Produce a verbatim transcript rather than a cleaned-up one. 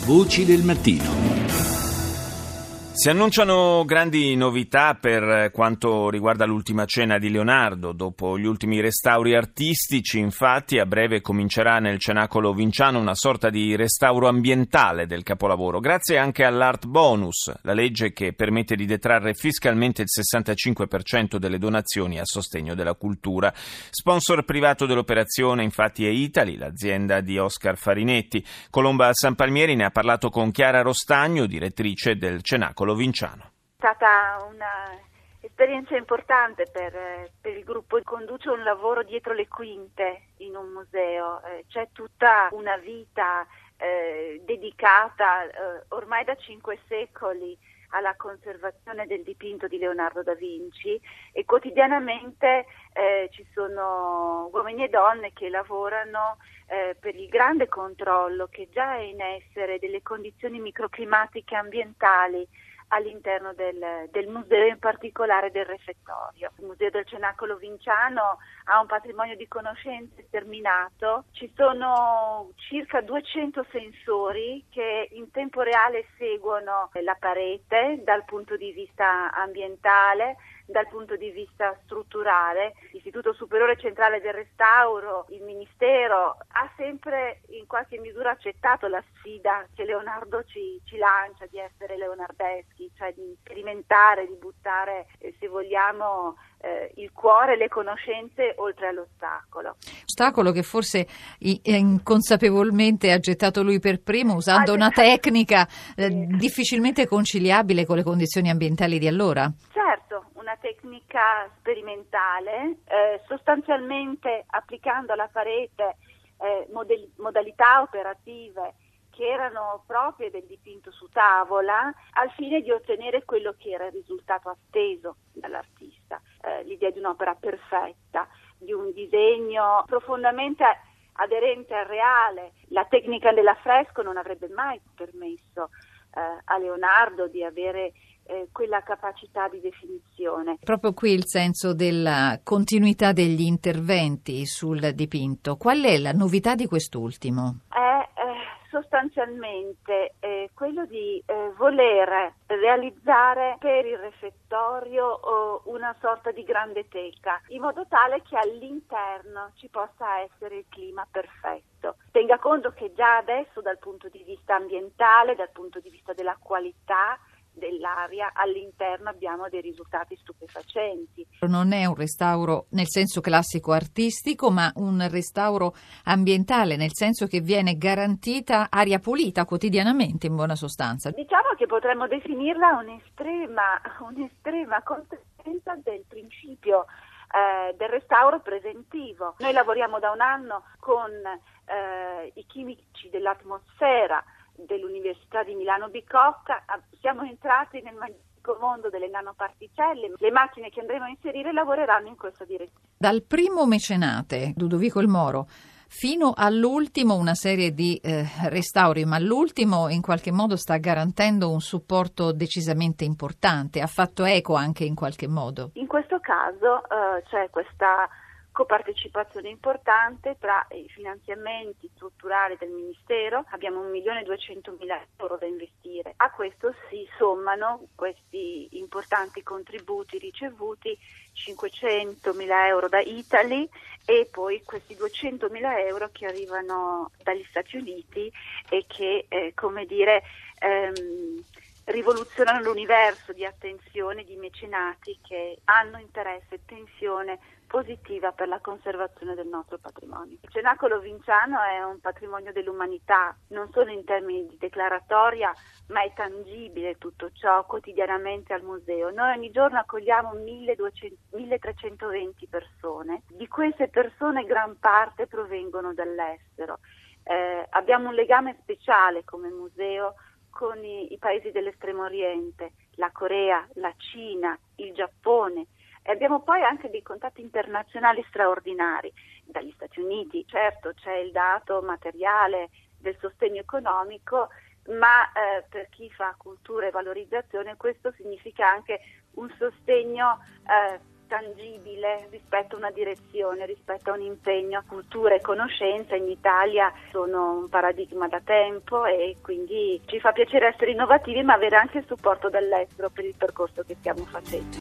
Voci del mattino. Si annunciano grandi novità per quanto riguarda l'ultima cena di Leonardo. Dopo gli ultimi restauri artistici, infatti, a breve comincerà nel Cenacolo Vinciano una sorta di restauro ambientale del capolavoro, grazie anche all'Art Bonus, la legge che permette di detrarre fiscalmente il sessantacinque per cento delle donazioni a sostegno della cultura. Sponsor privato dell'operazione, infatti, è Italy, l'azienda di Oscar Farinetti. Colomba Sanpalmieri ne ha parlato con Chiara Rostagno, direttrice del Cenacolo Vinciano. È stata un'esperienza importante per, per il gruppo. Conduce un lavoro dietro le quinte in un museo, eh, c'è tutta una vita eh, dedicata eh, ormai da cinque secoli alla conservazione del dipinto di Leonardo da Vinci, e quotidianamente eh, ci sono uomini e donne che lavorano eh, per il grande controllo che già è in essere delle condizioni microclimatiche ambientali all'interno del, del museo, in particolare del refettorio. Il Museo del Cenacolo Vinciano ha un patrimonio di conoscenze sterminato. Ci sono circa duecento sensori che in tempo reale seguono la parete dal punto di vista ambientale, dal punto di vista strutturale. L'Istituto Superiore Centrale del Restauro, il Ministero, ha sempre in qualche misura accettato la sfida che Leonardo ci, ci lancia di essere leonardeschi, cioè di sperimentare, di buttare, eh, se vogliamo, eh, il cuore, le conoscenze oltre all'ostacolo. Ostacolo che forse inconsapevolmente ha gettato lui per primo, usando una tecnica eh, difficilmente conciliabile con le condizioni ambientali di allora. Certo, una tecnica sperimentale, eh, sostanzialmente applicando alla parete eh, model- modalità operative che erano proprie del dipinto su tavola, al fine di ottenere quello che era il risultato atteso dall'artista, eh, l'idea di un'opera perfetta, di un disegno profondamente aderente al reale. La tecnica dell'affresco non avrebbe mai permesso eh, a Leonardo di avere eh, quella capacità di definizione. Proprio qui il senso della continuità degli interventi sul dipinto. Qual è la novità di quest'ultimo? È eh, sostanzialmente eh, quello di eh, voler realizzare per il refettorio oh, una sorta di grande teca, in modo tale che all'interno ci possa essere il clima perfetto. Tenga conto che già adesso, dal punto di vista ambientale, dal punto di vista della qualità dell'aria, all'interno abbiamo dei risultati stupefacenti. Non è un restauro nel senso classico artistico, ma un restauro ambientale, nel senso che viene garantita aria pulita quotidianamente, in buona sostanza. Diciamo che potremmo definirla un'estrema, un'estrema conseguenza del principio eh, del restauro preventivo. Noi lavoriamo da un anno con eh, i chimici dell'atmosfera dell'Università di Milano Bicocca, siamo entrati nel magico mondo delle nanoparticelle. Le macchine che andremo a inserire lavoreranno in questa direzione. Dal primo mecenate, Ludovico il Moro, fino all'ultimo una serie di eh, restauri, ma l'ultimo in qualche modo sta garantendo un supporto decisamente importante, ha fatto eco anche in qualche modo. In questo caso eh, c'è questa copartecipazione importante tra i finanziamenti strutturali del Ministero. Abbiamo un milione duecentomila euro da investire. A questo si sommano questi importanti contributi ricevuti, cinquecentomila euro da Italy e poi questi duecentomila euro che arrivano dagli Stati Uniti e che, eh, come dire, ehm, rivoluzionano l'universo di attenzione di mecenati che hanno interesse e tensione positiva per la conservazione del nostro patrimonio. Il Cenacolo Vinciano è un patrimonio dell'umanità, non solo in termini di declaratoria, ma è tangibile tutto ciò quotidianamente al museo. Noi ogni giorno accogliamo milletrecentoventi persone, di queste persone gran parte provengono dall'estero. Eh, abbiamo un legame speciale come museo con i, i paesi dell'estremo oriente, la Corea, la Cina, il Giappone, e abbiamo poi anche dei contatti internazionali straordinari dagli Stati Uniti. Certo, c'è il dato materiale del sostegno economico, ma eh, per chi fa cultura e valorizzazione questo significa anche un sostegno eh, tangibile rispetto a una direzione, rispetto a un impegno. Cultura e conoscenza in Italia sono un paradigma da tempo e quindi ci fa piacere essere innovativi ma avere anche il supporto dall'estero per il percorso che stiamo facendo.